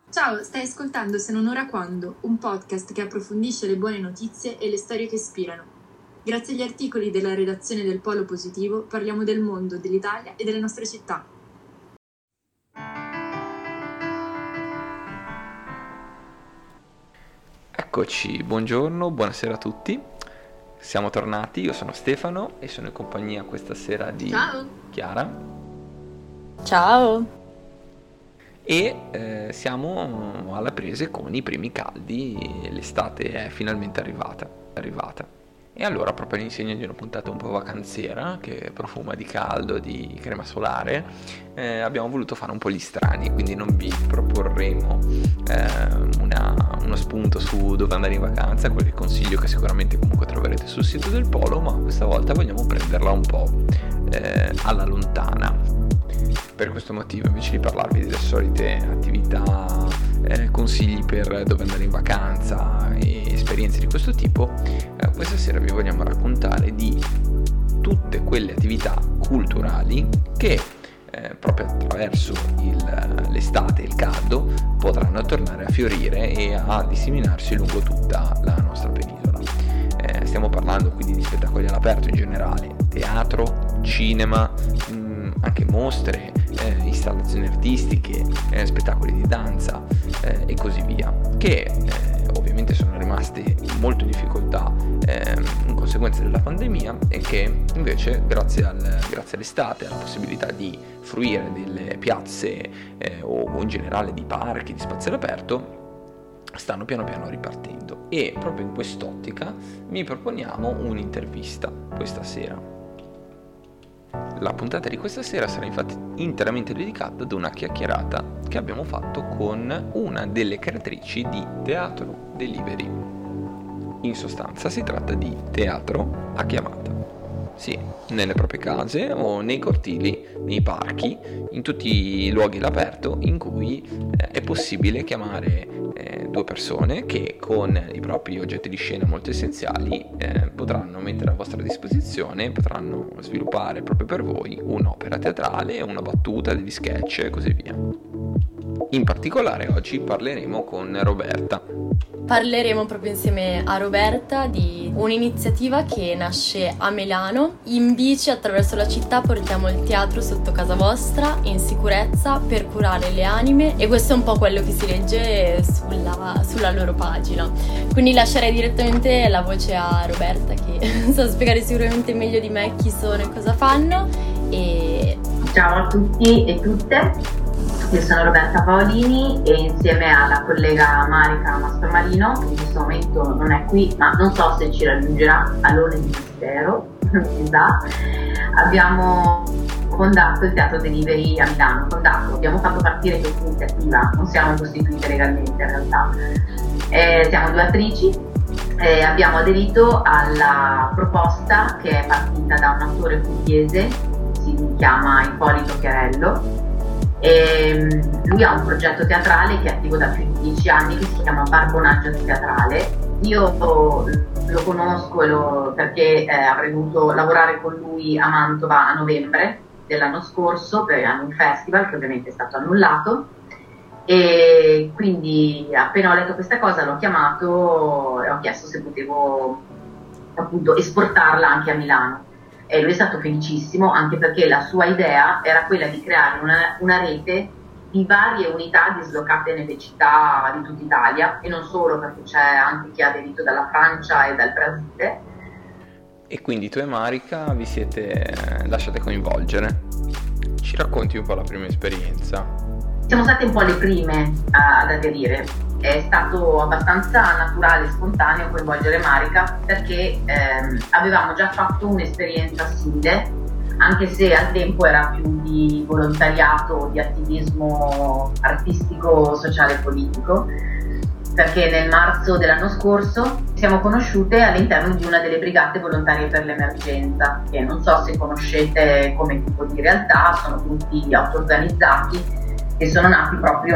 Ciao, stai ascoltando Se non ora quando, un podcast che approfondisce le buone notizie e le storie che ispirano. Grazie agli articoli della redazione del Polo Positivo parliamo del mondo, dell'Italia e delle nostre città. Eccoci, buongiorno, buonasera a tutti. Siamo tornati, io sono Stefano e sono in compagnia questa sera di Chiara. Ciao! E siamo alla prese con i primi caldi, l'estate è finalmente arrivata. E allora, proprio all'insegna di una puntata un po' vacanziera, che profuma di caldo, di crema solare, abbiamo voluto fare un po' gli strani, quindi non vi proporremo uno spunto su dove andare in vacanza, qualche consiglio che sicuramente comunque troverete sul sito del Polo, ma questa volta vogliamo prenderla un po' alla lontana. Per questo motivo, invece di parlarvi delle solite attività, consigli per dove andare in vacanza e esperienze di questo tipo, questa sera vi vogliamo raccontare di tutte quelle attività culturali che proprio attraverso l'estate e il caldo potranno tornare a fiorire e a disseminarsi lungo tutta la nostra penisola. Stiamo parlando quindi di spettacoli all'aperto in generale, teatro, cinema, anche mostre, installazioni artistiche, spettacoli di danza e così via, che ovviamente sono rimaste molto in difficoltà in conseguenza della pandemia e che invece grazie all'estate, alla possibilità di fruire delle piazze o in generale di parchi, di spazi all'aperto, stanno piano piano ripartendo. E proprio in quest'ottica vi proponiamo un'intervista questa sera. La puntata di questa sera sarà infatti interamente dedicata ad una chiacchierata che abbiamo fatto con una delle creatrici di Teatro Delivery. In sostanza si tratta di teatro a chiamata. Sì, nelle proprie case o nei cortili, nei parchi, in tutti i luoghi all'aperto in cui è possibile chiamare due persone che con i propri oggetti di scena molto essenziali potranno mettere a vostra disposizione, potranno sviluppare proprio per voi un'opera teatrale, una battuta, degli sketch e così via. In particolare oggi parleremo con Roberta. Parleremo proprio insieme a Roberta di un'iniziativa che nasce a Milano. In bici attraverso la città portiamo il teatro sotto casa vostra in sicurezza per curare le anime, e questo è un po' quello che si legge sulla loro pagina. Quindi lascerei direttamente la voce a Roberta, che sa spiegare sicuramente meglio di me chi sono e cosa fanno. Ciao a tutti e tutte. Io sono Roberta Paolini e insieme alla collega Marica Mastromarino, che in questo momento non è qui, ma non so se ci raggiungerà all'ora di mistero, non si sa, abbiamo fondato il Teatro Delivery a Milano. Abbiamo fatto partire questa iniziativa, non siamo costituite legalmente in realtà. Siamo due attrici e abbiamo aderito alla proposta che è partita da un attore pugliese, si chiama Ippolito Chiarello. Lui ha un progetto teatrale che è attivo da più di 10 anni, che si chiama Barbonaggio Teatrale. Io lo conosco perché avrei dovuto lavorare con lui a Mantova a novembre dell'anno scorso per un festival che ovviamente è stato annullato, e quindi appena ho letto questa cosa l'ho chiamato e ho chiesto se potevo appunto esportarla anche a Milano. E lui è stato felicissimo, anche perché la sua idea era quella di creare una rete di varie unità dislocate nelle città di tutta Italia, e non solo, perché c'è anche chi ha aderito dalla Francia e dal Brasile. E quindi tu e Marica vi siete lasciate coinvolgere. Ci racconti un po' la prima esperienza? Siamo state un po' le prime ad aderire. È stato abbastanza naturale e spontaneo coinvolgere Marica, perché avevamo già fatto un'esperienza simile, anche se al tempo era più di volontariato, di attivismo artistico, sociale e politico, perché nel marzo dell'anno scorso siamo conosciute all'interno di una delle brigate volontarie per l'emergenza, che non so se conoscete come tipo di realtà, sono gruppi auto-organizzati che sono nati proprio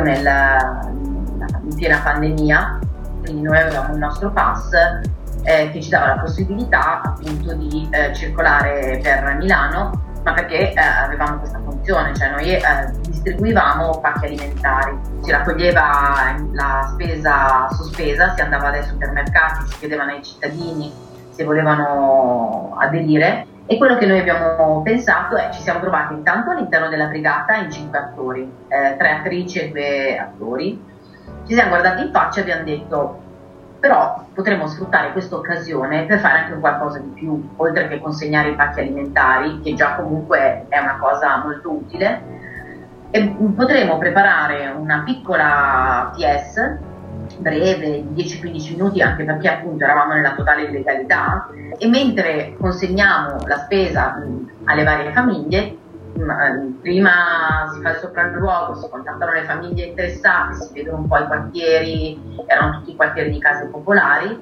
in piena pandemia. Quindi noi avevamo il nostro pass che ci dava la possibilità appunto di circolare per Milano, ma perché avevamo questa funzione, cioè noi distribuivamo pacchi alimentari. Si raccoglieva la spesa sospesa, si andava dai supermercati, si chiedevano ai cittadini se volevano aderire, e quello che noi abbiamo pensato è: ci siamo trovati intanto all'interno della brigata in 5 attori, 3 attrici e 2 attori. Ci siamo guardati in faccia e abbiamo detto: però potremmo sfruttare questa occasione per fare anche qualcosa di più, oltre che consegnare i pacchi alimentari, che già comunque è una cosa molto utile, e potremmo preparare una piccola pièce breve, di 10-15 minuti, anche perché appunto eravamo nella totale illegalità, e mentre consegniamo la spesa alle varie famiglie, prima si fa il sopralluogo, si contattano le famiglie interessate, si vedono un po' i quartieri, erano tutti quartieri di case popolari,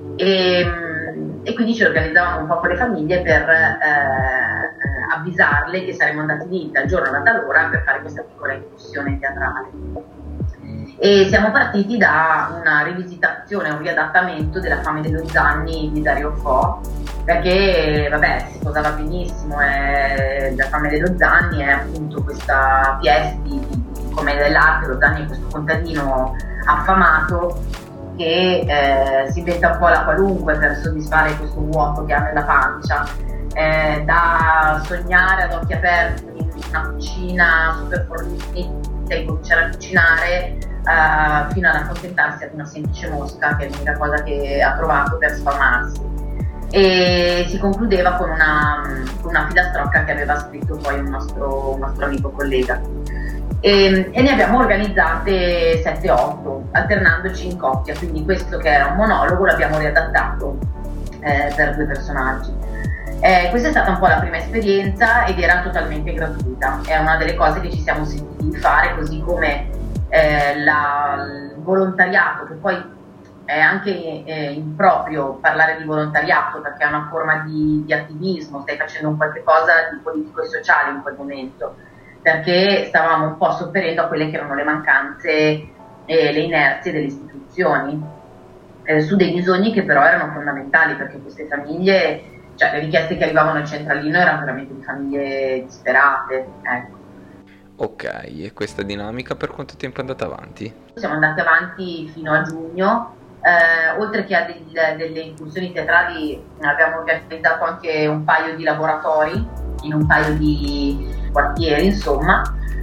e quindi ci organizzavamo un po' con le famiglie per avvisarle che saremmo andati lì dal giorno alla tal ora per fare questa piccola incursione teatrale. E siamo partiti da una rivisitazione, un riadattamento della Fame dello Zanni di Dario Fo, perché vabbè, si posava benissimo, la Fame dello Zanni è appunto questa pièce di commedia dell'arte. Lo Zanni è questo contadino affamato che si inventa un po' la qualunque per soddisfare questo vuoto che ha nella pancia, da sognare ad occhi aperti in una cucina super fornita e cominciare a cucinare, fino ad accontentarsi ad una semplice mosca, che è l'unica cosa che ha trovato per sfamarsi. E si concludeva con una filastrocca che aveva scritto poi un nostro amico collega, e ne abbiamo organizzate 7-8, alternandoci in coppia, quindi questo che era un monologo l'abbiamo riadattato per 2 personaggi. Questa è stata un po' la prima esperienza ed era totalmente gratuita, è una delle cose che ci siamo sentiti di fare, così come il volontariato, che poi è anche improprio parlare di volontariato, perché è una forma di attivismo, stai facendo un qualche cosa di politico e sociale in quel momento, perché stavamo un po' sopperendo a quelle che erano le mancanze e le inerzie delle istituzioni, su dei bisogni che però erano fondamentali, perché queste famiglie, cioè le richieste che arrivavano al centralino erano veramente di famiglie disperate, ecco. Ok, e questa dinamica per quanto tempo è andata avanti? Siamo andati avanti fino a giugno, oltre che a delle incursioni teatrali abbiamo organizzato anche un paio di laboratori in un paio di quartieri, insomma,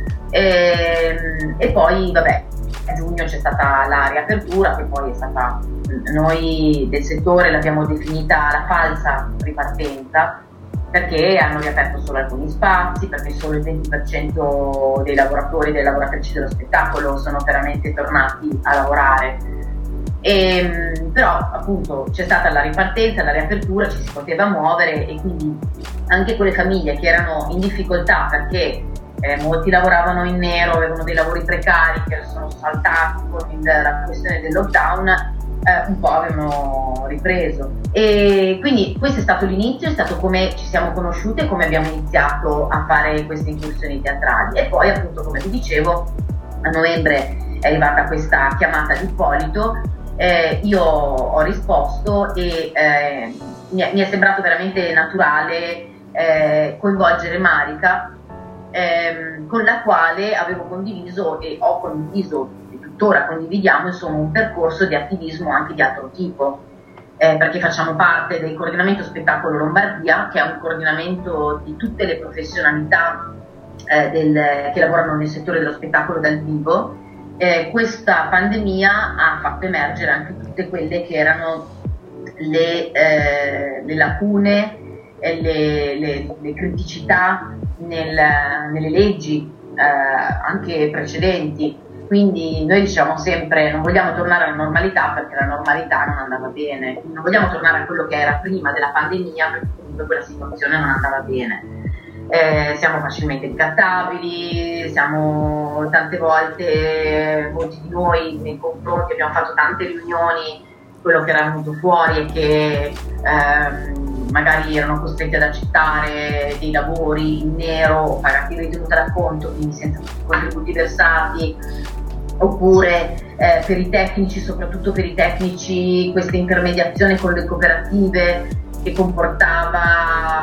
e poi vabbè, a giugno c'è stata la riapertura, che poi è stata, noi del settore l'abbiamo definita la falsa ripartenza, perché hanno riaperto solo alcuni spazi, perché solo il 20% dei lavoratori e delle lavoratrici dello spettacolo sono veramente tornati a lavorare. Però appunto c'è stata la ripartenza, la riapertura, ci si poteva muovere, e quindi anche quelle famiglie che erano in difficoltà perché molti lavoravano in nero, avevano dei lavori precari che sono saltati con la questione del lockdown, un po' avevano ripreso, e quindi questo è stato l'inizio, è stato come ci siamo conosciute e come abbiamo iniziato a fare queste incursioni teatrali. E poi appunto, come vi dicevo, a novembre è arrivata questa chiamata di Ippolito, io ho risposto e mi è sembrato veramente naturale coinvolgere Marica, con la quale avevo condiviso e ho condiviso, tuttora condividiamo, insomma, un percorso di attivismo anche di altro tipo, perché facciamo parte del coordinamento Spettacolo Lombardia, che è un coordinamento di tutte le professionalità che lavorano nel settore dello spettacolo dal vivo. Questa pandemia ha fatto emergere anche tutte quelle che erano le lacune e le criticità nelle leggi anche precedenti. Quindi noi diciamo sempre: non vogliamo tornare alla normalità, perché la normalità non andava bene, non vogliamo tornare a quello che era prima della pandemia, perché comunque quella situazione non andava bene. Siamo facilmente ricattabili, siamo tante volte, molti di noi nei confronti, abbiamo fatto tante riunioni, quello che era venuto fuori è che magari erano costretti ad accettare dei lavori in nero, pagati in ritenuta d'acconto, quindi senza contributi versati, oppure per i tecnici, soprattutto per i tecnici, questa intermediazione con le cooperative che comportava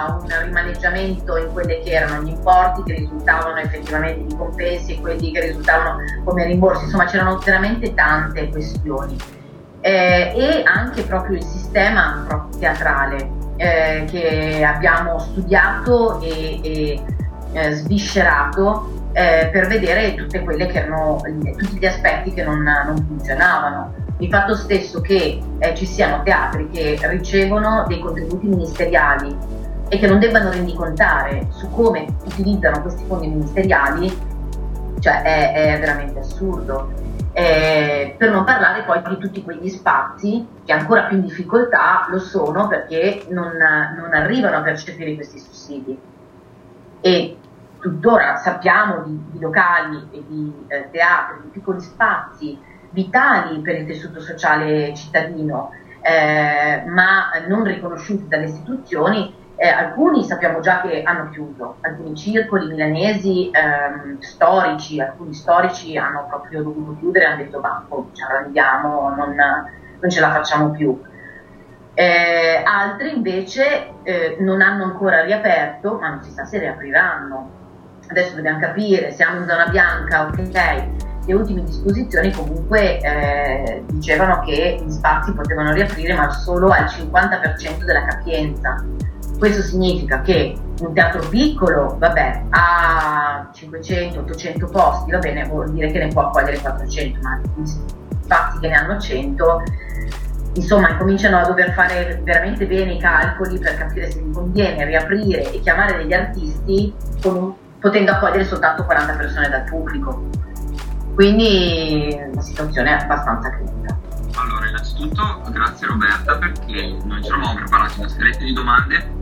c'era un rimaneggiamento in quelle che erano gli importi che risultavano effettivamente di compensi e quelli che risultavano come rimborsi, insomma c'erano veramente tante questioni. E anche proprio il sistema proprio teatrale che abbiamo studiato e sviscerato per vedere tutte quelle che erano tutti gli aspetti che non funzionavano. Il fatto stesso che ci siano teatri che ricevono dei contributi ministeriali e che non debbano rendicontare su come utilizzano questi fondi ministeriali, cioè è veramente assurdo. Per non parlare poi di tutti quegli spazi che ancora più in difficoltà lo sono perché non arrivano a percepire questi sussidi. E tuttora sappiamo di locali e di teatri, di piccoli spazi vitali per il tessuto sociale cittadino, ma non riconosciuti dalle istituzioni. Alcuni sappiamo già che hanno chiuso, alcuni circoli milanesi storici, alcuni storici hanno proprio dovuto chiudere e hanno detto ci arrendiamo, non ce la facciamo più. Altri invece non hanno ancora riaperto, ma non si sa se riapriranno. Adesso dobbiamo capire, siamo in zona bianca, ok. Le ultime disposizioni comunque dicevano che gli spazi potevano riaprire ma solo al 50% della capienza. Questo significa che un teatro piccolo, ha 500-800 posti, va bene, vuol dire che ne può accogliere 400, ma gli spazi che ne hanno 100, insomma, cominciano a dover fare veramente bene i calcoli per capire se gli conviene riaprire e chiamare degli artisti potendo accogliere soltanto 40 persone dal pubblico. Quindi la situazione è abbastanza critica. Allora, innanzitutto grazie Roberta, perché noi ci eravamo preparati una scaletta di domande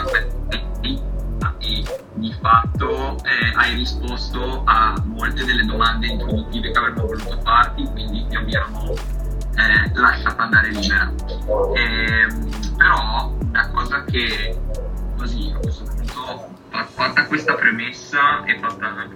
e di fatto hai risposto a molte delle domande introduttive che avremmo voluto farti, quindi ti abbiamo lasciato andare libera. Però una cosa che così a questo punto, fatta questa premessa e fatta anche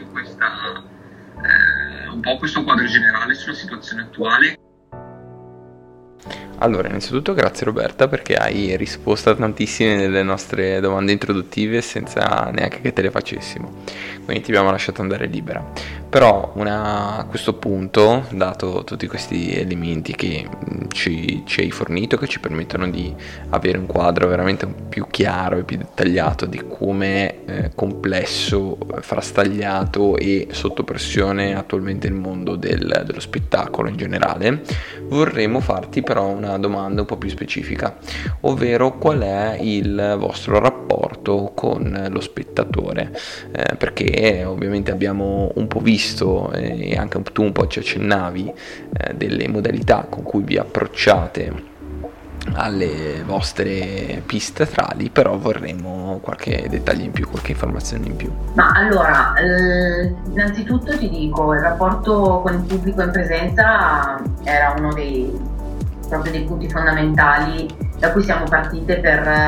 un po' questo quadro generale sulla situazione attuale. Allora, innanzitutto grazie Roberta, perché hai risposto a tantissime delle nostre domande introduttive senza neanche che te le facessimo, quindi ti abbiamo lasciato andare libera. Però a questo punto, dato tutti questi elementi che ci hai fornito, che ci permettono di avere un quadro veramente più chiaro e più dettagliato di come è complesso, frastagliato e sotto pressione attualmente il mondo dello spettacolo in generale, vorremmo farti però una domanda un po' più specifica, ovvero qual è il vostro rapporto con lo spettatore, perché ovviamente abbiamo un po' visto e anche tu un po' ci accennavi delle modalità con cui vi approcciate alle vostre piste teatrali, però vorremmo qualche dettaglio in più, qualche informazione in più. Ma allora, innanzitutto ti dico, il rapporto con il pubblico in presenza era uno dei punti fondamentali da cui siamo partite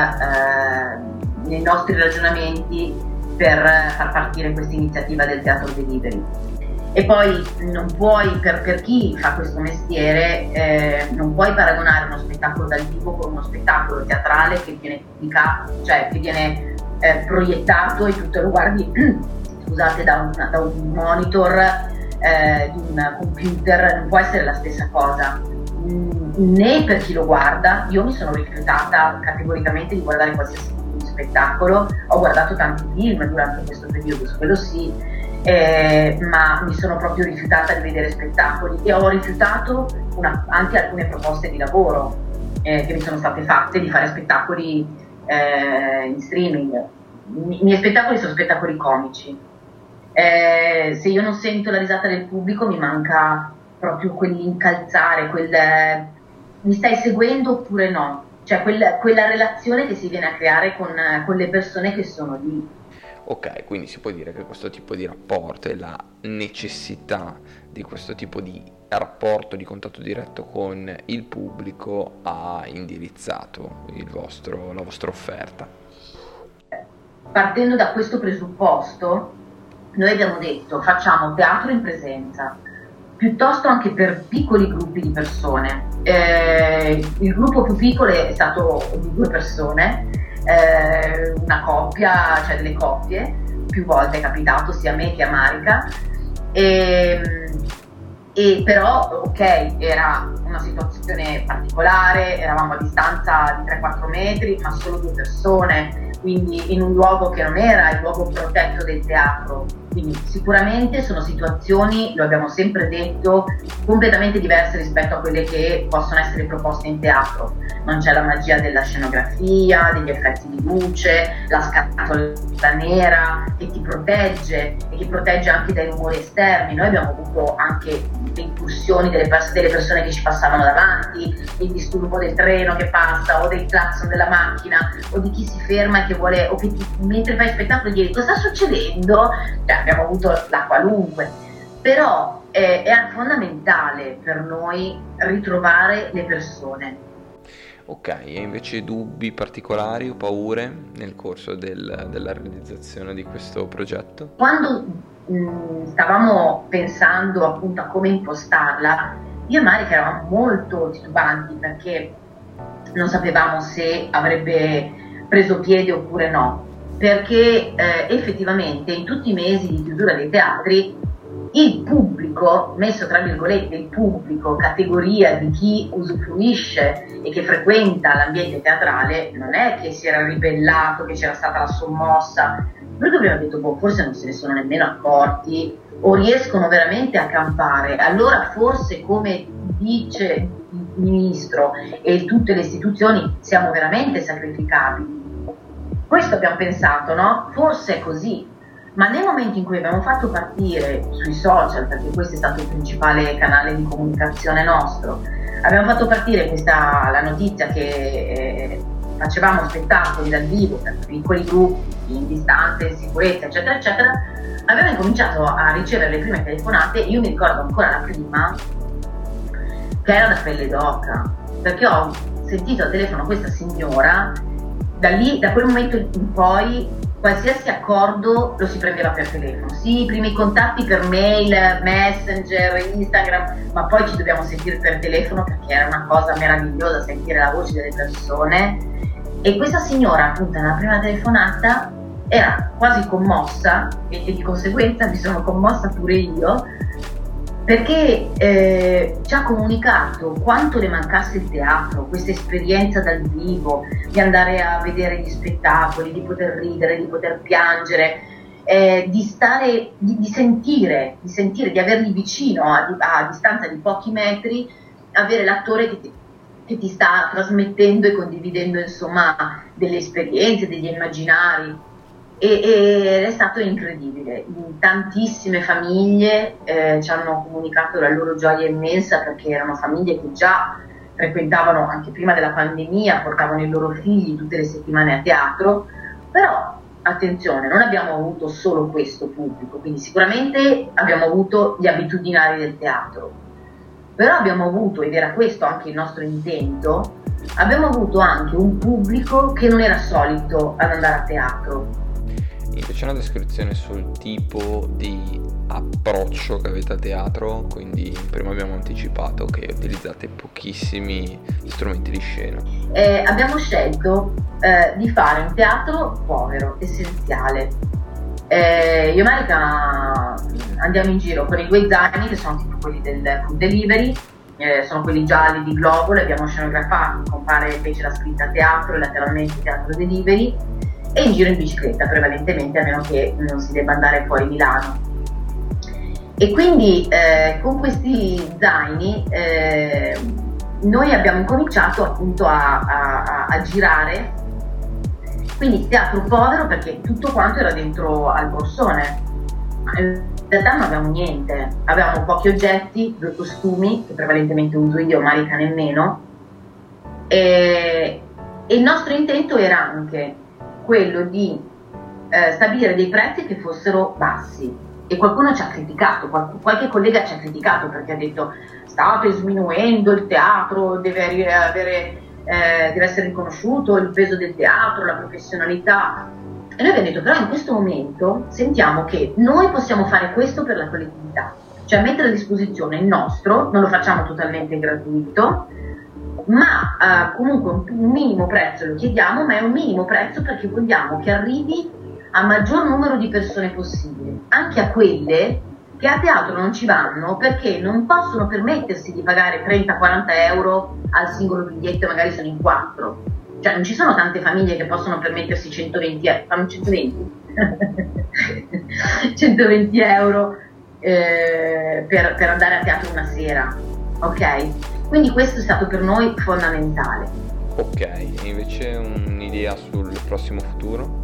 nei nostri ragionamenti per far partire questa iniziativa del Teatro Delivery. E poi non puoi, per chi fa questo mestiere, non puoi paragonare uno spettacolo dal vivo con uno spettacolo teatrale che viene pubblicato, cioè che viene proiettato e tu te lo guardi scusate, da un monitor, di un computer. Non può essere la stessa cosa, né per chi lo guarda. Io mi sono rifiutata categoricamente di guardare qualsiasi tipo di spettacolo. Ho guardato tanti film durante questo periodo, quello sì, ma mi sono proprio rifiutata di vedere spettacoli e ho rifiutato anche alcune proposte di lavoro che mi sono state fatte, di fare spettacoli in streaming. I miei spettacoli sono spettacoli comici. Se io non sento la risata del pubblico mi manca proprio quell'incalzare, mi stai seguendo oppure no? Cioè quella relazione che si viene a creare con le persone che sono lì. Ok, quindi si può dire che questo tipo di rapporto e la necessità di questo tipo di rapporto, di contatto diretto con il pubblico ha indirizzato la vostra offerta. Partendo da questo presupposto, noi abbiamo detto facciamo teatro in presenza, piuttosto anche per piccoli gruppi di persone. Il gruppo più piccolo è stato di 2 persone, una coppia, cioè delle coppie, più volte è capitato sia a me che a Marica, e però ok, era una situazione particolare, eravamo a distanza di 3-4 metri, ma solo 2 persone, quindi in un luogo che non era il luogo protetto del teatro. Quindi sicuramente sono situazioni, lo abbiamo sempre detto, completamente diverse rispetto a quelle che possono essere proposte in teatro. Non c'è la magia della scenografia, degli effetti di luce, la scatola nera che ti protegge e che protegge anche dai rumori esterni. Noi abbiamo avuto anche le incursioni delle persone che ci passavano davanti, il disturbo del treno che passa o del clacson della macchina o di chi si ferma e che vuole, o che mentre fai spettacolo chiedi cosa sta succedendo. Abbiamo avuto la qualunque, però è fondamentale per noi ritrovare le persone. Ok, e invece dubbi particolari o paure nel corso della realizzazione di questo progetto? Quando stavamo pensando appunto a come impostarla, io e Marica eravamo molto titubanti perché non sapevamo se avrebbe preso piede oppure no, perché effettivamente in tutti i mesi di chiusura dei teatri il pubblico, messo tra virgolette il pubblico, categoria di chi usufruisce e che frequenta l'ambiente teatrale, non è che si era ribellato, che c'era stata la sommossa, perché abbiamo detto forse non se ne sono nemmeno accorti o riescono veramente a campare, allora forse, come dice il ministro e tutte le istituzioni, siamo veramente sacrificabili. Questo abbiamo pensato, no? Forse è così, ma nel momento in cui abbiamo fatto partire sui social, perché questo è stato il principale canale di comunicazione nostro, abbiamo fatto partire la notizia che facevamo spettacoli dal vivo per piccoli gruppi, in distanza, in sicurezza, eccetera, eccetera, abbiamo incominciato a ricevere le prime telefonate. Io mi ricordo ancora la prima, che era da pelle d'oca, perché ho sentito al telefono questa signora. Da quel momento in poi qualsiasi accordo lo si prendeva per telefono. Sì, i primi contatti per mail, Messenger, Instagram, ma poi ci dobbiamo sentire per telefono perché era una cosa meravigliosa sentire la voce delle persone. E questa signora, appunto, nella prima telefonata era quasi commossa e di conseguenza mi sono commossa pure io, perché ci ha comunicato quanto le mancasse il teatro, questa esperienza dal vivo, di andare a vedere gli spettacoli, di poter ridere, di poter piangere, di sentire, di averli vicino a distanza di pochi metri, avere l'attore che ti sta trasmettendo e condividendo insomma delle esperienze, degli immaginari. Ed è stato incredibile. Tantissime famiglie ci hanno comunicato la loro gioia immensa, perché erano famiglie che già frequentavano anche prima della pandemia, portavano i loro figli tutte le settimane a teatro. Però attenzione, non abbiamo avuto solo questo pubblico, quindi sicuramente abbiamo avuto gli abitudinari del teatro, però abbiamo avuto, ed era questo anche il nostro intento, abbiamo avuto anche un pubblico che non era solito ad andare a teatro. C'è una descrizione sul tipo di approccio che avete a teatro, quindi prima abbiamo anticipato che utilizzate pochissimi strumenti di scena. Abbiamo scelto di fare un teatro povero, essenziale. Io e Marica andiamo in giro con i 2 zaini, che sono tipo quelli del food delivery, sono quelli gialli di Globo, li abbiamo scenografati, compare invece la scritta teatro e lateralmente teatro delivery, e in giro in bicicletta prevalentemente, a meno che non si debba andare fuori Milano. E quindi con questi zaini noi abbiamo incominciato appunto a girare, quindi teatro povero perché tutto quanto era dentro al borsone, ma in realtà non avevamo niente, avevamo pochi oggetti, 2 costumi che prevalentemente uso io, Marica nemmeno, e il nostro intento era anche quello di stabilire dei prezzi che fossero bassi. E qualcuno ci ha criticato, qualche collega ci ha criticato perché ha detto: state sminuendo il teatro, deve essere riconosciuto il peso del teatro, la professionalità. E noi abbiamo detto: però in questo momento sentiamo che noi possiamo fare questo per la collettività, cioè mettere a disposizione il nostro, non lo facciamo totalmente gratuito, ma comunque un minimo prezzo lo chiediamo, ma è un minimo prezzo perché vogliamo che arrivi a maggior numero di persone possibile, anche a quelle che a teatro non ci vanno perché non possono permettersi di pagare 30-40 euro al singolo biglietto, magari sono in 4. Cioè non ci sono tante famiglie che possono permettersi 120 euro, fanno 120? 120 euro per andare a teatro una sera, ok? Quindi questo è stato per noi fondamentale. Ok, e invece un'idea sul prossimo futuro?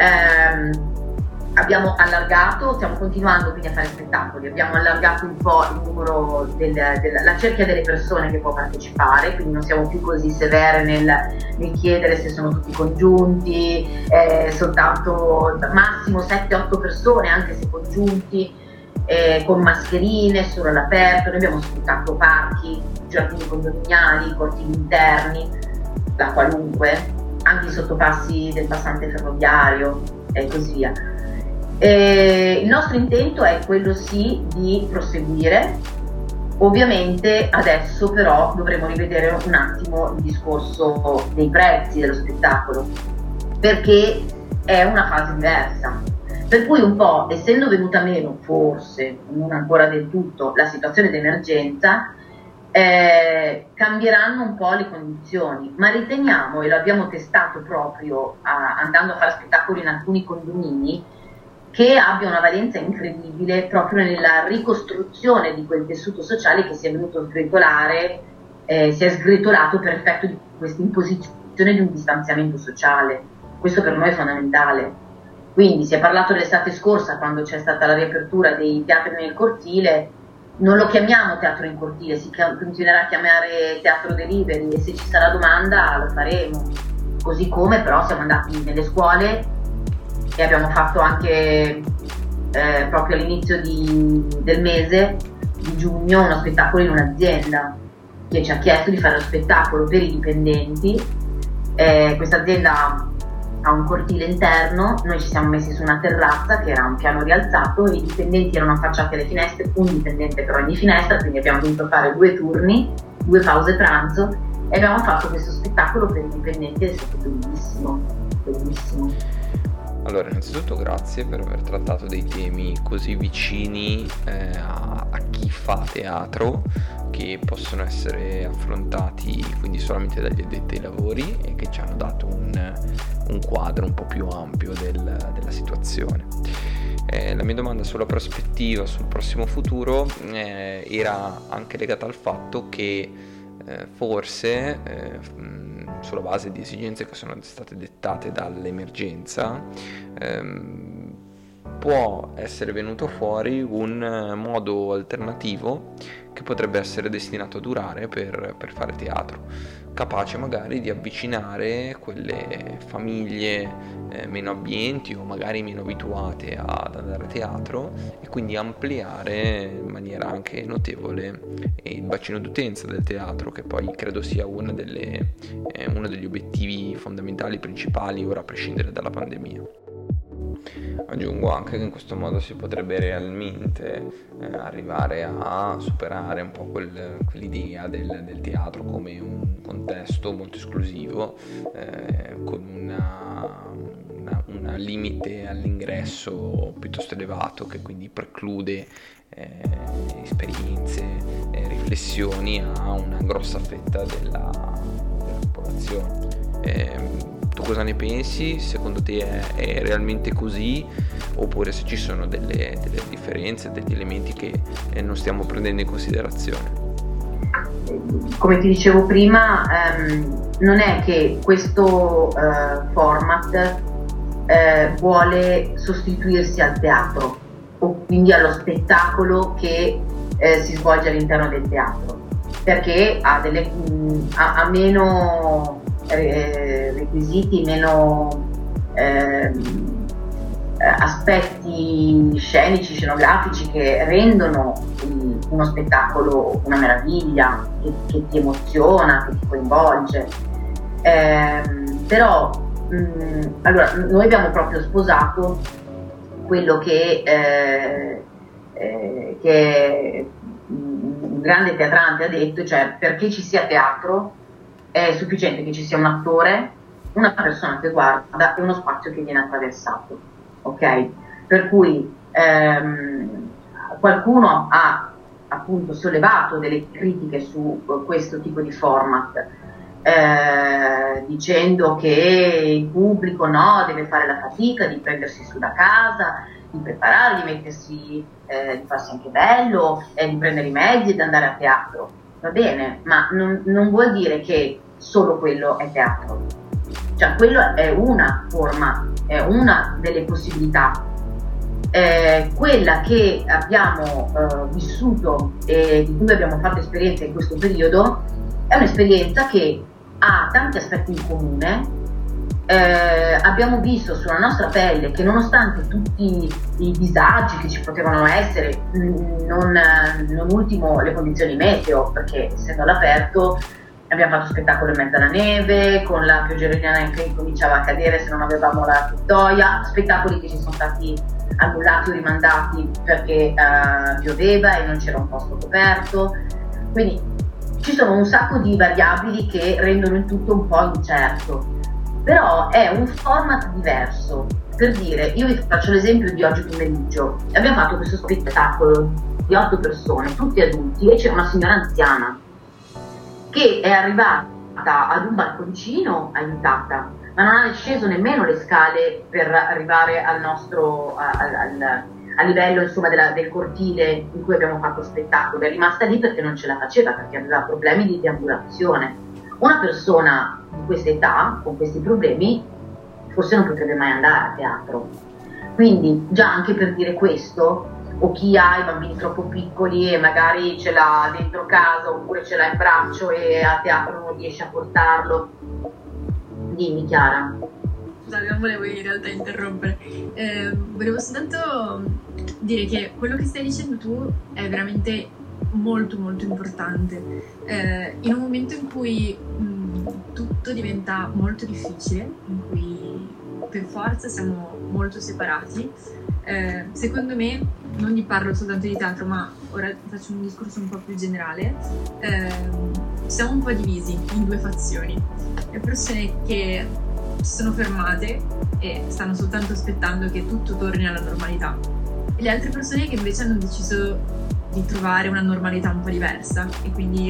Abbiamo allargato, stiamo continuando quindi a fare spettacoli, abbiamo allargato un po' il numero la cerchia delle persone che può partecipare, quindi non siamo più così severe nel chiedere se sono tutti congiunti, soltanto massimo 7-8 persone, anche se congiunti, con mascherine, solo all'aperto. Noi abbiamo sfruttato parchi, giardini condominiali, cortili interni, la qualunque, anche i sottopassi del passante ferroviario e così via. Il nostro intento è quello sì di proseguire. Ovviamente adesso però dovremo rivedere un attimo il discorso dei prezzi dello spettacolo, perché è una fase diversa, per cui un po', essendo venuta meno, forse non ancora del tutto, la situazione d'emergenza, cambieranno un po' le condizioni, ma riteniamo, e lo abbiamo testato proprio andando a fare spettacoli in alcuni condomini, che abbia una valenza incredibile proprio nella ricostruzione di quel tessuto sociale che si è venuto sgretolare, si è sgretolato per effetto di questa imposizione di un distanziamento sociale. Questo per noi è fondamentale. Quindi si è parlato l'estate scorsa, quando c'è stata la riapertura dei teatri nel cortile, non lo chiamiamo teatro in cortile, si continuerà a chiamare teatro delivery, e se ci sarà domanda lo faremo. Così come però siamo andati nelle scuole e abbiamo fatto anche proprio all'inizio del mese di giugno uno spettacolo in un'azienda che ci ha chiesto di fare lo spettacolo per i dipendenti. Questa azienda ha un cortile interno, noi ci siamo messi su una terrazza che era un piano rialzato e i dipendenti erano affacciati alle finestre, un dipendente per ogni finestra, quindi abbiamo dovuto fare 2 turni, 2 pause pranzo, e abbiamo fatto questo spettacolo per i dipendenti ed è stato bellissimo, bellissimo. Allora, innanzitutto grazie per aver trattato dei temi così vicini a chi fa teatro, che possono essere affrontati quindi solamente dagli addetti ai lavori e che ci hanno dato un quadro un po' più ampio della situazione. La mia domanda sulla prospettiva, sul prossimo futuro, era anche legata al fatto che forse sulla base di esigenze che sono state dettate dall'emergenza può essere venuto fuori un modo alternativo che potrebbe essere destinato a durare per fare teatro, capace magari di avvicinare quelle famiglie meno abbienti o magari meno abituate ad andare a teatro, e quindi ampliare in maniera anche notevole il bacino d'utenza del teatro, che poi credo sia uno degli obiettivi fondamentali, principali, ora a prescindere dalla pandemia. Aggiungo anche che in questo modo si potrebbe realmente arrivare a superare un po' quell'idea del teatro come un contesto molto esclusivo, con una limite all'ingresso piuttosto elevato, che quindi preclude esperienze, riflessioni a una grossa fetta della popolazione. Tu cosa ne pensi? Secondo te è realmente così? Oppure se ci sono delle differenze, degli elementi che non stiamo prendendo in considerazione? Come ti dicevo prima, non è che questo format vuole sostituirsi al teatro o quindi allo spettacolo che si svolge all'interno del teatro, perché ha meno requisiti, meno aspetti scenici, scenografici che rendono uno spettacolo una meraviglia, che ti emoziona, che ti coinvolge. Però allora noi abbiamo proprio sposato quello che un grande teatrante ha detto, cioè perché ci sia teatro è sufficiente che ci sia un attore, una persona che guarda e uno spazio che viene attraversato, ok? Per cui qualcuno ha appunto sollevato delle critiche su questo tipo di format, dicendo che il pubblico deve fare la fatica di prendersi su da casa, di preparare, di mettersi, di farsi anche bello, di prendere i mezzi e di andare a teatro. Va bene, ma non vuol dire che solo quello è teatro. Cioè, quello è una forma, è una delle possibilità. Quella che abbiamo vissuto e di cui abbiamo fatto esperienza in questo periodo è un'esperienza che ha tanti aspetti in comune. Abbiamo visto sulla nostra pelle che nonostante tutti i disagi che ci potevano essere, non ultimo le condizioni meteo, perché essendo all'aperto abbiamo fatto spettacolo in mezzo alla neve, con la pioggerellina che cominciava a cadere se non avevamo la tettoia, spettacoli che ci sono stati annullati o rimandati perché pioveva e non c'era un posto coperto. Quindi ci sono un sacco di variabili che rendono il tutto un po' incerto, però è un format diverso. Per dire, io vi faccio l'esempio di oggi pomeriggio. Abbiamo fatto questo spettacolo di 8 persone, tutti adulti, e c'era una signora anziana che è arrivata ad un balconcino aiutata, ma non ha sceso nemmeno le scale per arrivare al nostro a livello insomma del cortile in cui abbiamo fatto spettacolo. È rimasta lì perché non ce la faceva, perché aveva problemi di deambulazione. Una persona di questa età con questi problemi forse non potrebbe mai andare a teatro. Quindi già anche per dire questo, o chi ha i bambini troppo piccoli e magari ce l'ha dentro casa oppure ce l'ha in braccio e a teatro non riesce a portarlo. Dimmi Chiara. Non volevo in realtà interrompere, volevo soltanto dire che quello che stai dicendo tu è veramente molto molto importante, in un momento in cui tutto diventa molto difficile, in cui per forza siamo molto separati. Secondo me, non vi parlo soltanto di teatro, ma ora faccio un discorso un po' più generale, siamo un po' divisi in due fazioni. Le persone che si sono fermate e stanno soltanto aspettando che tutto torni alla normalità, e le altre persone che invece hanno deciso di trovare una normalità un po' diversa e quindi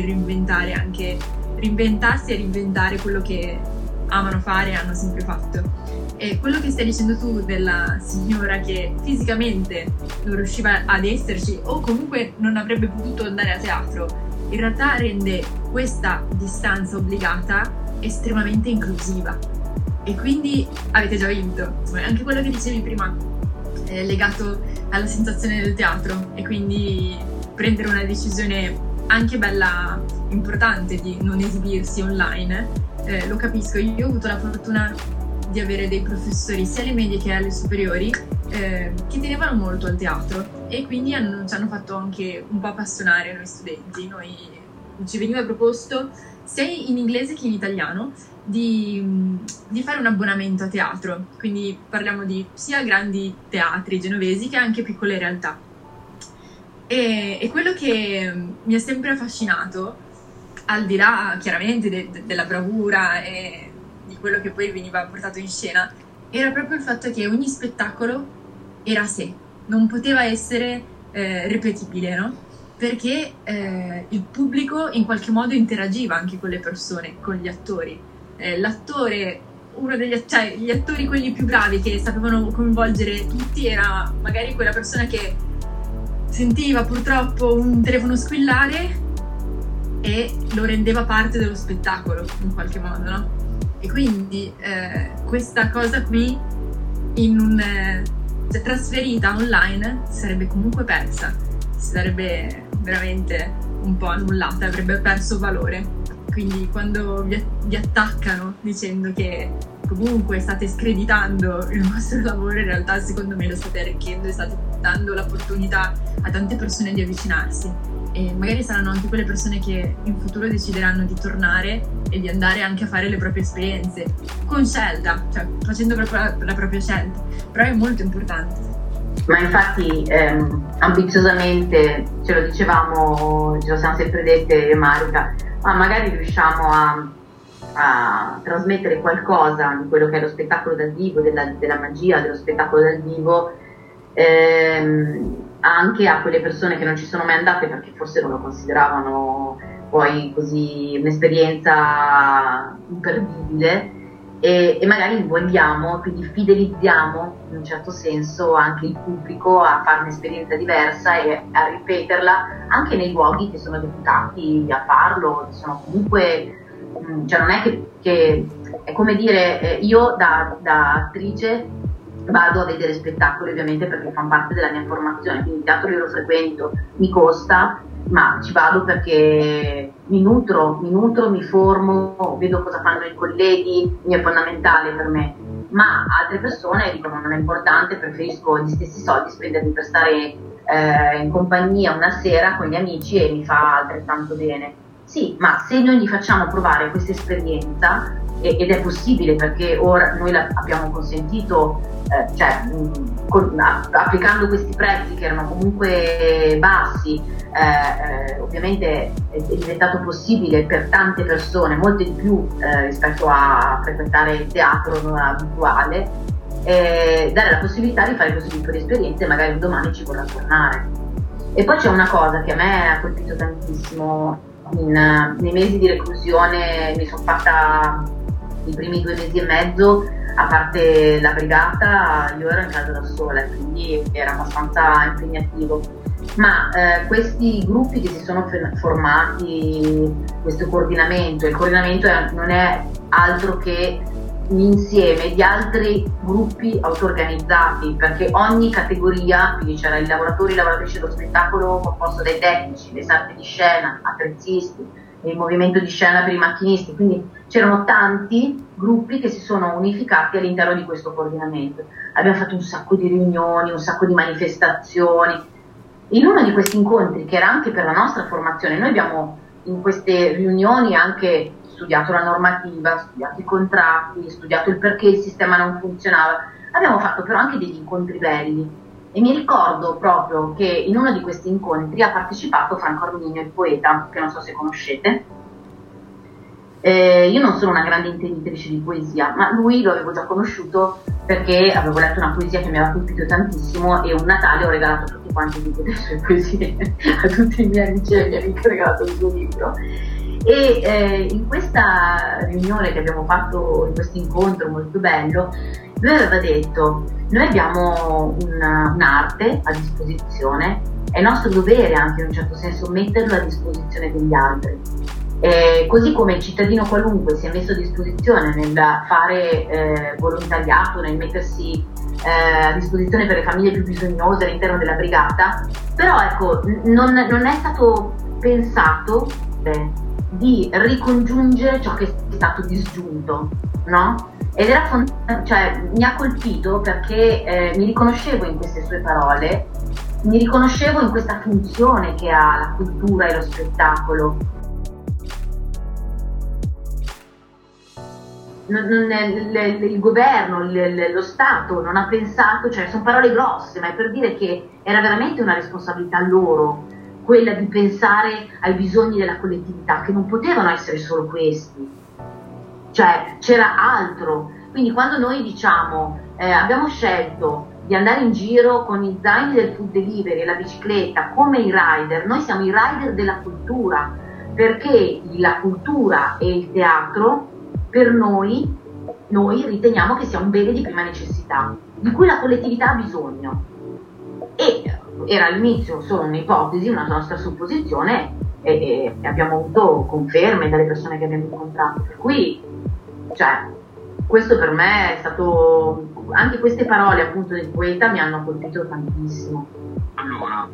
reinventarsi e reinventare quello che amano fare e hanno sempre fatto. E quello che stai dicendo tu della signora che fisicamente non riusciva ad esserci o comunque non avrebbe potuto andare a teatro, in realtà rende questa distanza obbligata estremamente inclusiva, e quindi avete già vinto. Anche quello che dicevi prima è legato alla sensazione del teatro, e quindi prendere una decisione anche bella importante di non esibirsi online, lo capisco. Io ho avuto la fortuna di avere dei professori sia alle medie che alle superiori che tenevano molto al teatro, e quindi ci hanno fatto anche un po' appassionare noi studenti. Ci veniva proposto sia in inglese che in italiano di fare un abbonamento a teatro, quindi parliamo di sia grandi teatri genovesi che anche piccole realtà. E quello che mi ha sempre affascinato, al di là chiaramente della bravura e di quello che poi veniva portato in scena, era proprio il fatto che ogni spettacolo era a sé, non poteva essere ripetibile, no? Perché il pubblico in qualche modo interagiva anche con le persone, con gli attori. L'attore, gli attori quelli più bravi che sapevano coinvolgere tutti, era magari quella persona che sentiva purtroppo un telefono squillare e lo rendeva parte dello spettacolo in qualche modo, no? E quindi questa cosa qui trasferita online sarebbe comunque persa, sarebbe veramente un po' annullata, avrebbe perso valore. Quindi quando vi attaccano dicendo che comunque state screditando il vostro lavoro, in realtà secondo me lo state arricchendo e state dando l'opportunità a tante persone di avvicinarsi, e magari saranno anche quelle persone che in futuro decideranno di tornare e di andare anche a fare le proprie esperienze con scelta, cioè facendo proprio la propria scelta, però è molto importante. Ma infatti ambiziosamente ce lo dicevamo, ce lo siamo sempre dette io e Marica, ma magari riusciamo a trasmettere qualcosa di quello che è lo spettacolo dal vivo, della magia dello spettacolo dal vivo, anche a quelle persone che non ci sono mai andate perché forse non lo consideravano poi così un'esperienza imperdibile, e magari invogliamo, quindi fidelizziamo in un certo senso anche il pubblico a fare un'esperienza diversa e a ripeterla anche nei luoghi che sono deputati a farlo, sono comunque, cioè non è che è come dire, io da attrice vado a vedere spettacoli ovviamente perché fanno parte della mia formazione, quindi il teatro io lo frequento, mi costa, ma ci vado perché mi nutro, mi formo, vedo cosa fanno i colleghi, è fondamentale per me. Ma altre persone dicono non è importante, preferisco gli stessi soldi spenderli per stare in compagnia una sera con gli amici e mi fa altrettanto bene. Sì, ma se noi gli facciamo provare questa esperienza, ed è possibile perché ora noi abbiamo consentito, applicando questi prezzi che erano comunque bassi, ovviamente è diventato possibile per tante persone, molte di più rispetto a frequentare il teatro non abituale, dare la possibilità di fare questo tipo di esperienze, magari un domani ci vorrà tornare. E poi c'è una cosa che a me ha colpito tantissimo, nei mesi di reclusione mi sono fatta i primi 2 mesi e mezzo, a parte la brigata, io ero in casa da sola, quindi era abbastanza impegnativo. Ma questi gruppi che si sono formati, questo coordinamento, il coordinamento non è altro che un insieme di altri gruppi auto-organizzati, perché ogni categoria, quindi c'era i lavoratori e lavoratrici dello spettacolo composto dai tecnici, dai sarti di scena, attrezzisti, il movimento di scena per i macchinisti, quindi c'erano tanti gruppi che si sono unificati all'interno di questo coordinamento. Abbiamo fatto un sacco di riunioni, un sacco di manifestazioni. In uno di questi incontri, che era anche per la nostra formazione, noi abbiamo in queste riunioni anche studiato la normativa, studiato i contratti, studiato il perché il sistema non funzionava, abbiamo fatto però anche degli incontri belli. E mi ricordo proprio che in uno di questi incontri ha partecipato Franco Arminio, il poeta, che non so se conoscete. Io non sono una grande intenditrice di poesia, ma lui lo avevo già conosciuto perché avevo letto una poesia che mi aveva colpito tantissimo e un Natale ho regalato tutti quanti i libri delle sue poesie a tutti i miei amici e ai miei amici, ho regalato il suo libro. E in questa riunione che abbiamo fatto, in questo incontro molto bello, lui aveva detto: noi abbiamo un'arte a disposizione, è nostro dovere anche in un certo senso metterlo a disposizione degli altri. Così come il cittadino qualunque si è messo a disposizione nel fare volontariato, nel mettersi a disposizione per le famiglie più bisognose all'interno della brigata, però ecco, non è stato pensato di ricongiungere ciò che è stato disgiunto, no? Ed era mi ha colpito perché mi riconoscevo in queste sue parole, mi riconoscevo in questa funzione che ha la cultura e lo spettacolo. Il governo, lo Stato non ha pensato, cioè sono parole grosse, ma è per dire che era veramente una responsabilità loro, quella di pensare ai bisogni della collettività, che non potevano essere solo questi, cioè c'era altro. Quindi quando noi diciamo abbiamo scelto di andare in giro con i zaini del food delivery e la bicicletta come i rider, noi siamo i rider della cultura, perché la cultura e il teatro per noi riteniamo che sia un bene di prima necessità, di cui la collettività ha bisogno. E era all'inizio solo un'ipotesi, una nostra supposizione, e abbiamo avuto conferme dalle persone che abbiamo incontrato. Per cui, questo per me è stato, anche queste parole appunto del poeta mi hanno colpito tantissimo. Allora,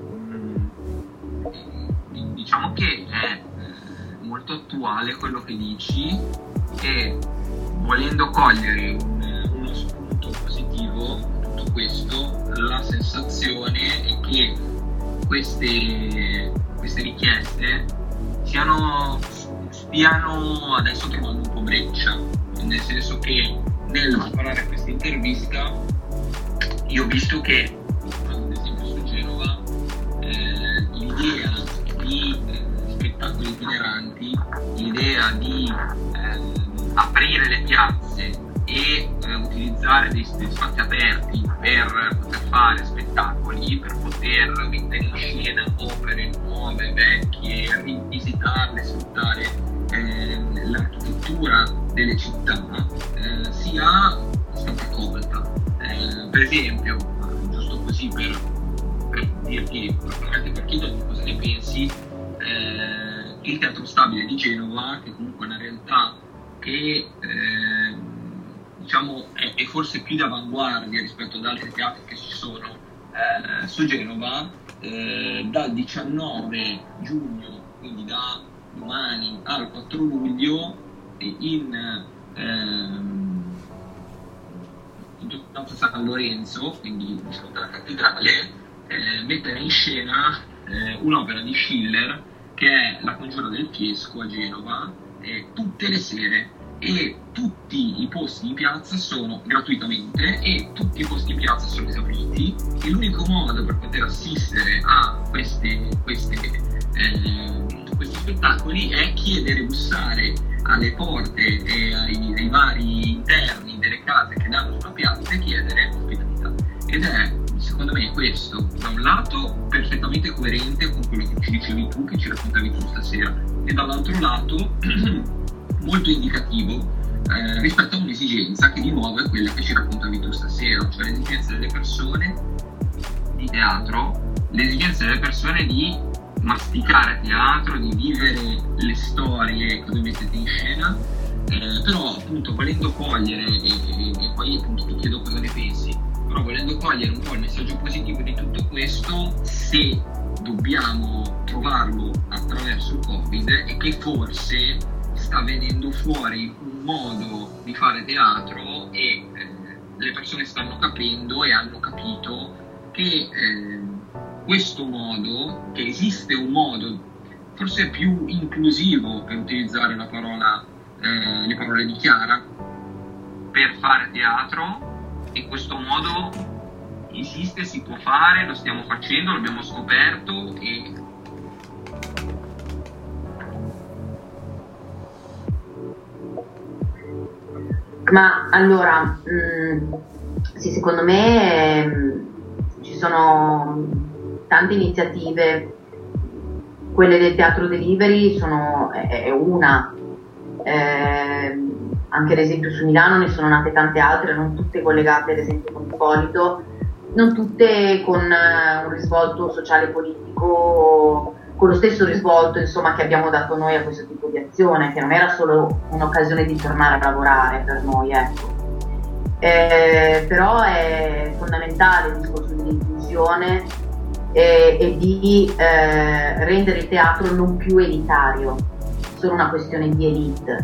diciamo che è molto attuale quello che dici, e volendo cogliere uno spunto positivo in tutto questo, la sensazione è che queste richieste stiano adesso trovando un po' breccia, nel senso che nel preparare questa intervista io ho visto che, ad esempio su Genova, l'idea di spettacoli itineranti, l'idea di aprire le piazze e utilizzare dei spazi aperti per poter fare spettacoli, per poter mettere in scena opere nuove, vecchie, rivisitarle, sfruttare l'architettura delle città, sia stata accolta. Per esempio, giusto così per dirti anche per chiederti cosa ne pensi, il Teatro Stabile di Genova, che comunque è una realtà che diciamo è forse più d'avanguardia rispetto ad altri teatri che ci sono su Genova, dal 19 giugno, quindi da domani al 4 luglio, in Piazza San Lorenzo, quindi di fronte alla cattedrale, mettere in scena un'opera di Schiller che è La congiura del Fiesco a Genova, tutte le sere, e tutti i posti in piazza sono gratuitamente e tutti i posti in piazza sono esauriti, e l'unico modo per poter assistere a questi spettacoli è chiedere, bussare alle porte e ai vari interni delle case che danno sulla piazza e chiedere ospitalità. Ed è, secondo me, questo, da un lato perfettamente coerente con quello che ci dicevi tu, che ci raccontavi tu stasera, e dall'altro lato molto indicativo rispetto a un'esigenza che di nuovo è quella che ci raccontavi tu stasera, cioè l'esigenza delle persone di teatro, l'esigenza delle persone di masticare teatro, di vivere le storie che voi mettete in scena, però appunto volendo cogliere, e poi appunto ti chiedo cosa ne pensi, però volendo cogliere un po' il messaggio positivo di tutto questo, se dobbiamo trovarlo attraverso il Covid, e che forse sta venendo fuori un modo di fare teatro, e le persone stanno capendo e hanno capito che questo modo, che esiste un modo forse più inclusivo, per utilizzare la parola, le parole di Chiara, per fare teatro, e questo modo esiste, si può fare, lo stiamo facendo, l'abbiamo scoperto. E ma allora sì, secondo me ci sono tante iniziative. Quelle del Teatro Delivery è una, anche ad esempio su Milano ne sono nate tante altre, non tutte collegate ad esempio con Ippolito, non tutte con un risvolto sociale e politico, con lo stesso risvolto insomma che abbiamo dato noi a questo tipo di azione, che non era solo un'occasione di tornare a lavorare per noi, ecco. Però è fondamentale il discorso dell'inclusione e di rendere il teatro non più elitario, solo una questione di elite.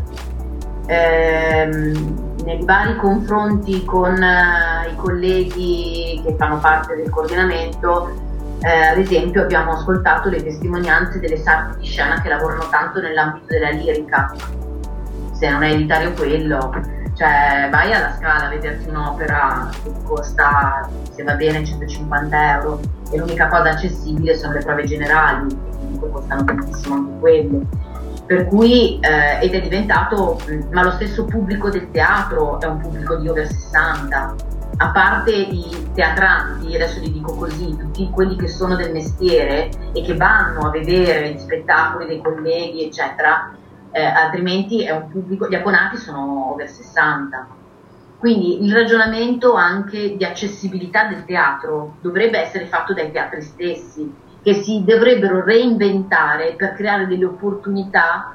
Nei vari confronti con i colleghi che fanno parte del coordinamento, ad esempio abbiamo ascoltato le testimonianze delle sarti di scena che lavorano tanto nell'ambito della lirica. Se non è elitario quello, cioè vai alla Scala a vederti un'opera che costa, se va bene, 150 euro, e l'unica cosa accessibile sono le prove generali, che comunque costano tantissimo anche quelle. Per cui ed è diventato, ma lo stesso pubblico del teatro è un pubblico di over 60, a parte i teatranti, adesso li dico così, tutti quelli che sono del mestiere e che vanno a vedere gli spettacoli dei colleghi eccetera, altrimenti è un pubblico, gli abbonati sono over 60. Quindi il ragionamento anche di accessibilità del teatro dovrebbe essere fatto dai teatri stessi, che si dovrebbero reinventare per creare delle opportunità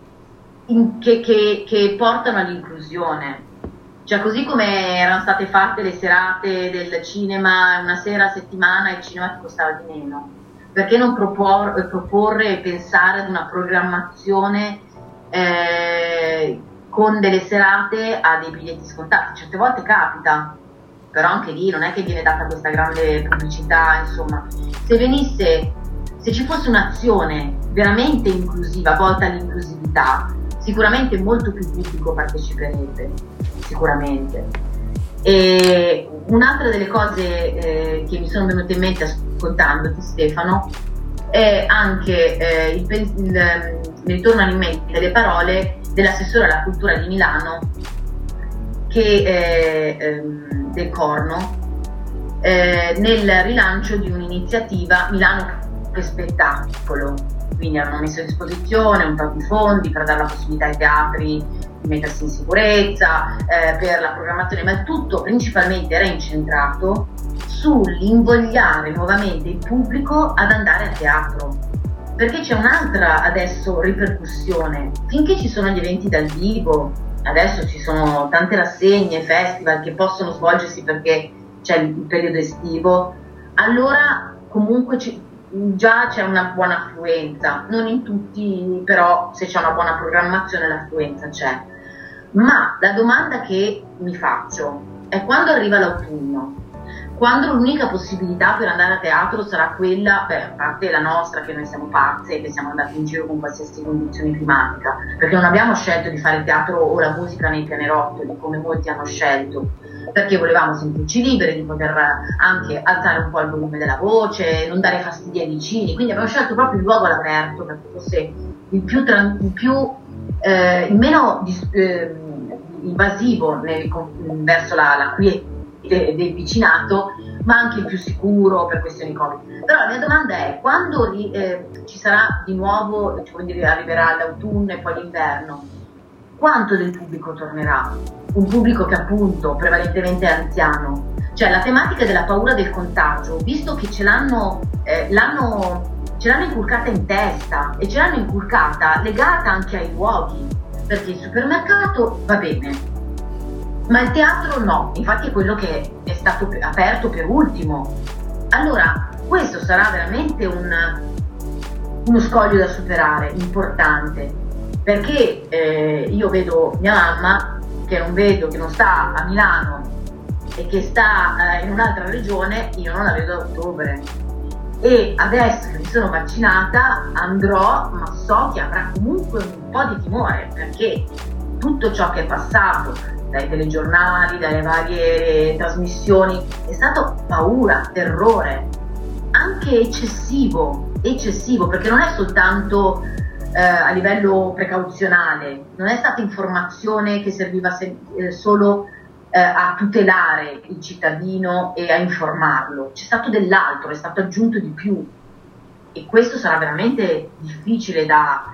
che portano all'inclusione. Cioè, così come erano state fatte le serate del cinema, una sera a settimana il cinema ti costava di meno, perché non proporre e pensare ad una programmazione con delle serate a dei biglietti scontati? Certe volte capita, però anche lì non è che viene data questa grande pubblicità, insomma. Se ci fosse un'azione veramente inclusiva, volta all'inclusività, sicuramente molto più pubblico parteciperebbe, sicuramente. E un'altra delle cose che mi sono venute in mente ascoltandoti, Stefano, è anche mi ritornano in mente le parole dell'assessore alla cultura di Milano, del Corno, nel rilancio di un'iniziativa Milano che spettacolo. Quindi hanno messo a disposizione un po' di fondi per dare la possibilità ai teatri di mettersi in sicurezza, per la programmazione, ma il tutto principalmente era incentrato sull'invogliare nuovamente il pubblico ad andare a teatro, perché c'è un'altra adesso ripercussione. Finché ci sono gli eventi dal vivo, adesso ci sono tante rassegne, festival che possono svolgersi perché c'è il periodo estivo, allora comunque già c'è una buona affluenza, non in tutti, però se c'è una buona programmazione l'affluenza c'è. Ma la domanda che mi faccio è: quando arriva l'autunno, quando l'unica possibilità per andare a teatro sarà quella, a parte la nostra, che noi siamo pazze e che siamo andati in giro con qualsiasi condizione climatica, perché non abbiamo scelto di fare il teatro o la musica nei pianerottoli come molti hanno scelto, perché volevamo sentirci liberi di poter anche alzare un po' il volume della voce, non dare fastidio ai vicini, quindi abbiamo scelto proprio il luogo all'aperto perché fosse il meno invasivo verso la quiete del vicinato, ma anche il più sicuro per questioni Covid. Però la mia domanda è: quando ci sarà di nuovo, arriverà l'autunno e poi l'inverno, quanto del pubblico tornerà? Un pubblico che appunto prevalentemente è anziano. Cioè la tematica della paura del contagio, visto che ce l'hanno inculcata in testa e ce l'hanno inculcata legata anche ai luoghi, perché il supermercato va bene, ma il teatro no, infatti è quello che è stato aperto per ultimo. Allora questo sarà veramente uno scoglio da superare, importante, perché io vedo mia mamma che non sta a Milano e che sta in un'altra regione, io non la vedo a ottobre, e adesso che mi sono vaccinata andrò, ma so che avrà comunque un po' di timore, perché tutto ciò che è passato dai telegiornali, dalle varie trasmissioni, è stato paura, terrore, anche eccessivo, perché non è soltanto a livello precauzionale, non è stata informazione che serviva solo a tutelare il cittadino e a informarlo, c'è stato dell'altro, è stato aggiunto di più, e questo sarà veramente difficile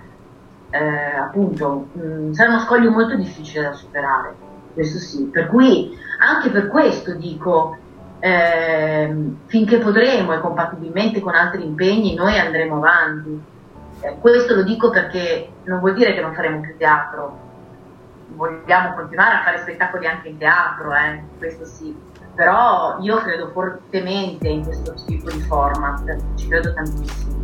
sarà uno scoglio molto difficile da superare, questo sì, per cui anche per questo dico, finché potremo e compatibilmente con altri impegni noi andremo avanti. Questo lo dico perché non vuol dire che non faremo più teatro, vogliamo continuare a fare spettacoli anche in teatro, questo sì, però io credo fortemente in questo tipo di format, ci credo tantissimo.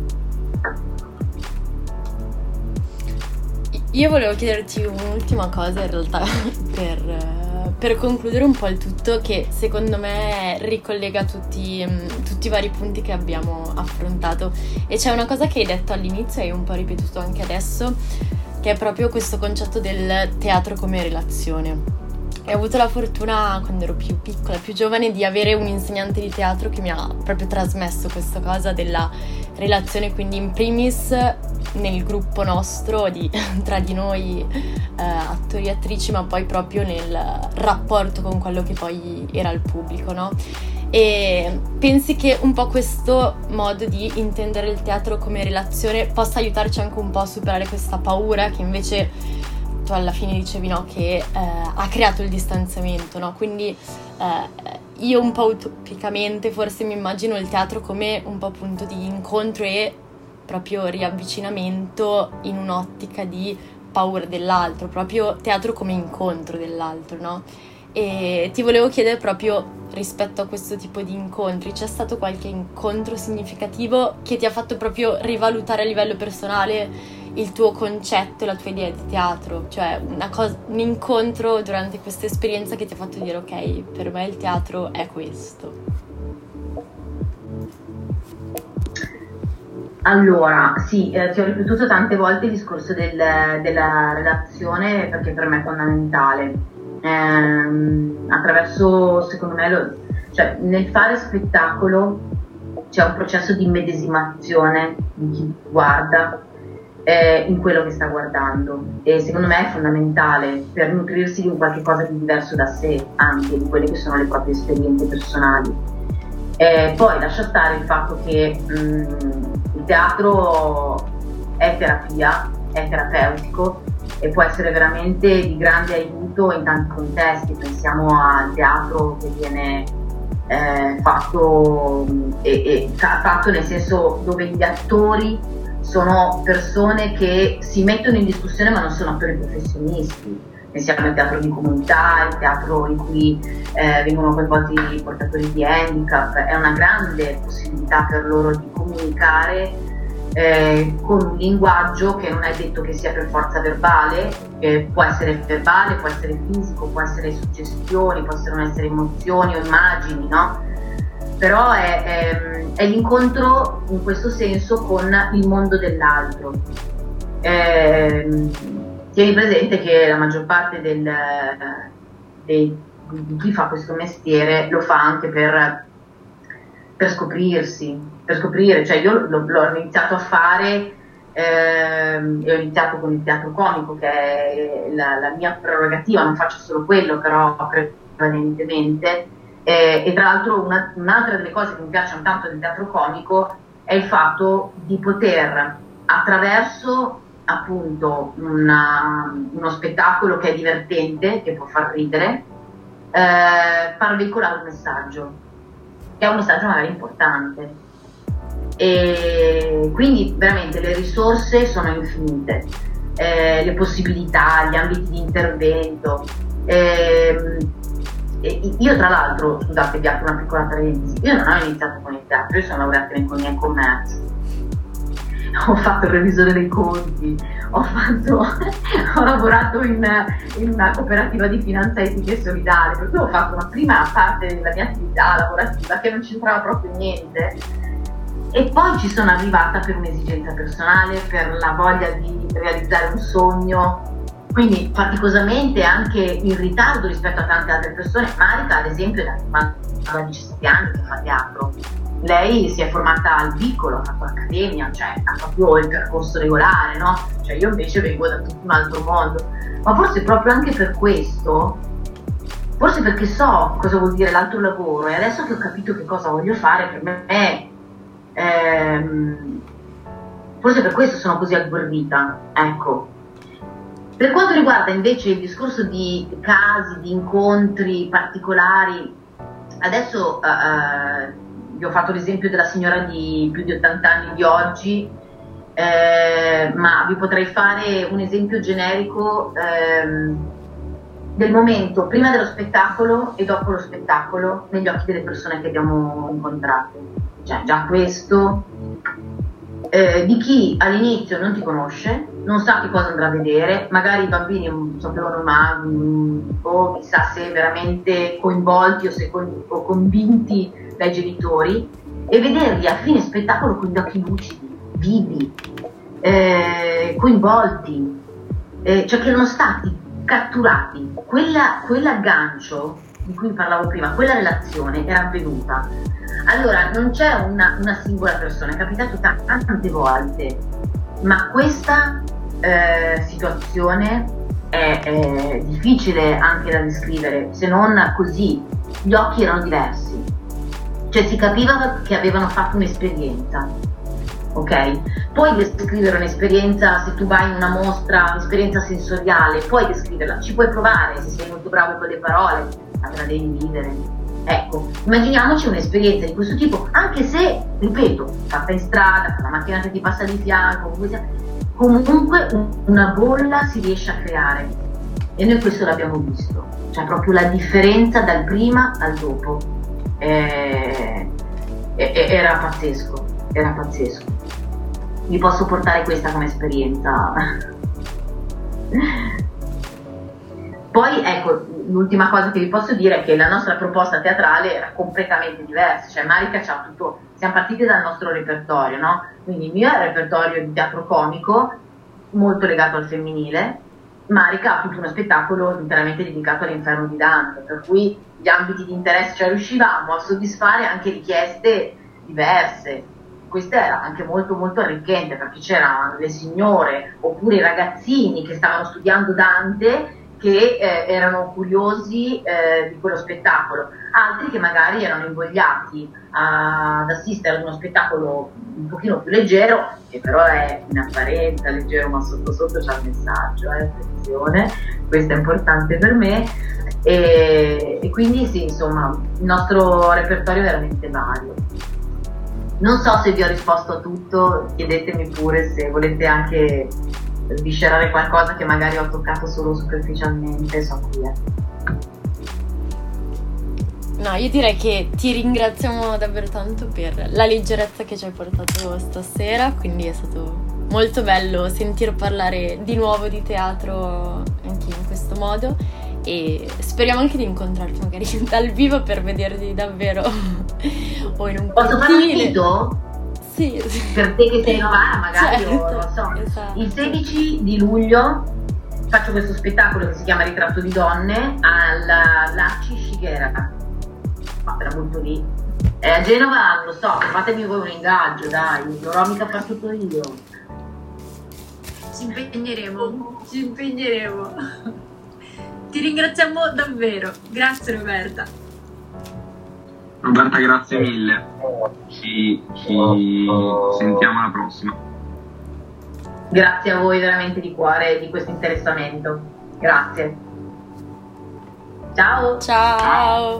Io volevo chiederti un'ultima cosa in realtà per concludere un po' il tutto, che secondo me ricollega tutti i vari punti che abbiamo affrontato, e c'è una cosa che hai detto all'inizio e hai un po' ripetuto anche adesso, che è proprio questo concetto del teatro come relazione. E ho avuto la fortuna, quando ero più piccola, più giovane, di avere un insegnante di teatro che mi ha proprio trasmesso questa cosa della relazione, quindi in primis nel gruppo nostro tra di noi attori e attrici, ma poi proprio nel rapporto con quello che poi era il pubblico, no? E pensi che un po' questo modo di intendere il teatro come relazione possa aiutarci anche un po' a superare questa paura che invece tu alla fine dicevi, no, che ha creato il distanziamento, no? Quindi io un po' utopicamente forse mi immagino il teatro come un po' punto di incontro e proprio riavvicinamento in un'ottica di paura dell'altro, proprio teatro come incontro dell'altro, no? E ti volevo chiedere proprio rispetto a questo tipo di incontri, c'è stato qualche incontro significativo che ti ha fatto proprio rivalutare a livello personale il tuo concetto e la tua idea di teatro, cioè un incontro durante questa esperienza che ti ha fatto dire ok, per me il teatro è questo? Allora, sì, ti ho ripetuto tante volte il discorso della relazione, perché per me è fondamentale. Attraverso, secondo me, cioè nel fare spettacolo c'è un processo di immedesimazione di chi guarda, in quello che sta guardando, e secondo me è fondamentale per nutrirsi di un qualche cosa di diverso da sé, anche di quelle che sono le proprie esperienze personali. Poi lascia stare il fatto che il teatro è terapia, è terapeutico e può essere veramente di grande aiuto in tanti contesti. Pensiamo al teatro che viene fatto nel senso dove gli attori sono persone che si mettono in discussione ma non sono attori professionisti. Pensiamo al teatro di comunità, il teatro in cui vengono coinvolti i portatori di handicap. È una grande possibilità per loro di comunicare con un linguaggio che non è detto che sia per forza verbale, può essere verbale, può essere fisico, può essere suggestioni, possono essere emozioni o immagini, no? Però è l'incontro in questo senso con il mondo dell'altro. Tieni presente che la maggior parte di chi fa questo mestiere lo fa anche per scoprirsi, per scoprire. Cioè io l'ho iniziato a fare e ho iniziato con il teatro comico, che è la mia prerogativa, non faccio solo quello, però prevalentemente. E tra l'altro un'altra delle cose che mi piacciono tanto del teatro comico è il fatto di poter, attraverso appunto uno spettacolo che è divertente, che può far ridere, far veicolare un messaggio, che è un messaggio magari importante. E quindi veramente le risorse sono infinite, le possibilità, gli ambiti di intervento. Io tra l'altro, scusate, vi apro una piccola parentesi, io non ho iniziato con il teatro, io sono laureata in economia e commercio, ho fatto il revisore dei conti, ho lavorato in una cooperativa di finanza etica e solidale, per cui ho fatto una prima parte della mia attività lavorativa che non c'entrava proprio niente, e poi ci sono arrivata per un'esigenza personale, per la voglia di realizzare un sogno. Quindi faticosamente, anche in ritardo rispetto a tante altre persone. Marica, ad esempio, da 17 anni che fa teatro. Lei si è formata al piccolo, ha fatto l'accademia, cioè ha proprio il percorso regolare, no? Cioè io invece vengo da tutto un altro mondo. Ma forse proprio anche per questo, forse perché so cosa vuol dire l'altro lavoro, e adesso che ho capito che cosa voglio fare, per me forse per questo sono così agguerrita, ecco. Per quanto riguarda invece il discorso di casi, di incontri particolari, adesso vi ho fatto l'esempio della signora di più di 80 anni di oggi, ma vi potrei fare un esempio generico del momento prima dello spettacolo e dopo lo spettacolo negli occhi delle persone che abbiamo incontrato. Cioè già questo di chi all'inizio non ti conosce, non sa che cosa andrà a vedere, magari i bambini non sapevano mai, o chissà se veramente coinvolti o convinti dai genitori, e vederli a fine spettacolo con gli occhi lucidi, vivi, coinvolti, cioè che erano stati catturati. Quell'aggancio di cui parlavo prima, quella relazione era avvenuta. Allora non c'è una singola persona, è capitato tante volte, ma questa situazione è difficile anche da descrivere, se non così. Gli occhi erano diversi, cioè si capiva che avevano fatto un'esperienza, ok? Puoi descrivere un'esperienza, se tu vai in una mostra, un'esperienza sensoriale, puoi descriverla, ci puoi provare, se sei molto bravo con le parole, ma te la devi vivere. Ecco, immaginiamoci un'esperienza di questo tipo, anche se, ripeto, fatta in strada, con la macchina che ti passa di fianco, comunque una bolla si riesce a creare, e noi questo l'abbiamo visto, cioè proprio la differenza dal prima al dopo, era pazzesco. Vi posso portare questa come esperienza. Poi ecco, l'ultima cosa che vi posso dire è che la nostra proposta teatrale era completamente diversa, cioè Marica c'ha tutto, siamo partiti dal nostro repertorio, no? Quindi il mio è il repertorio di teatro comico, molto legato al femminile. Marica ha tutto uno spettacolo interamente dedicato all'Inferno di Dante, per cui gli ambiti di interesse, cioè riuscivamo a soddisfare anche richieste diverse. questo era anche molto molto arricchente, perché c'erano le signore oppure i ragazzini che stavano studiando Dante che erano curiosi di quello spettacolo, altri che magari erano invogliati ad assistere ad uno spettacolo un pochino più leggero, che però è in apparenza leggero ma sotto sotto c'è il messaggio, attenzione, questo è importante per me, e quindi sì, insomma, il nostro repertorio è veramente vario. Non so se vi ho risposto a tutto, chiedetemi pure se volete anche sviscerare qualcosa che magari ho toccato solo superficialmente, so qui è. No, io direi che ti ringraziamo davvero tanto per la leggerezza che ci hai portato stasera, quindi è stato molto bello sentir parlare di nuovo di teatro anche in questo modo, e speriamo anche di incontrarti magari dal vivo per vederti davvero o in un Posso fare un invito? Sì. Per te che sei novara magari, certo, o non lo so. Esatto. Il 16 di luglio faccio questo spettacolo che si chiama Ritratto di donne all'Arci Shigera. Ma te la butto lì. A Genova, non lo so, fatemi voi un ingaggio, dai, dovrò mica far tutto io. Ci impegneremo. Ti ringraziamo davvero. Grazie Roberta. Roberta, grazie mille. Ci sentiamo alla prossima. Grazie a voi veramente di cuore di questo interessamento. Grazie. Ciao. Ciao.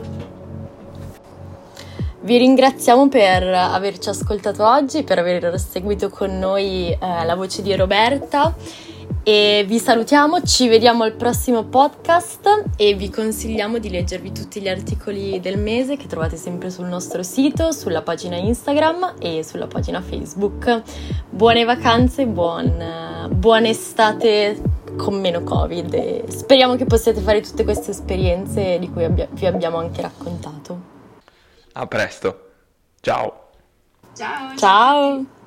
Vi ringraziamo per averci ascoltato oggi, per aver seguito con noi la voce di Roberta, e vi salutiamo, ci vediamo al prossimo podcast e vi consigliamo di leggervi tutti gli articoli del mese che trovate sempre sul nostro sito, sulla pagina Instagram e sulla pagina Facebook. Buone vacanze, buona estate con meno Covid, e speriamo che possiate fare tutte queste esperienze di cui vi abbiamo anche raccontato. A presto, ciao. Ciao. Ciao.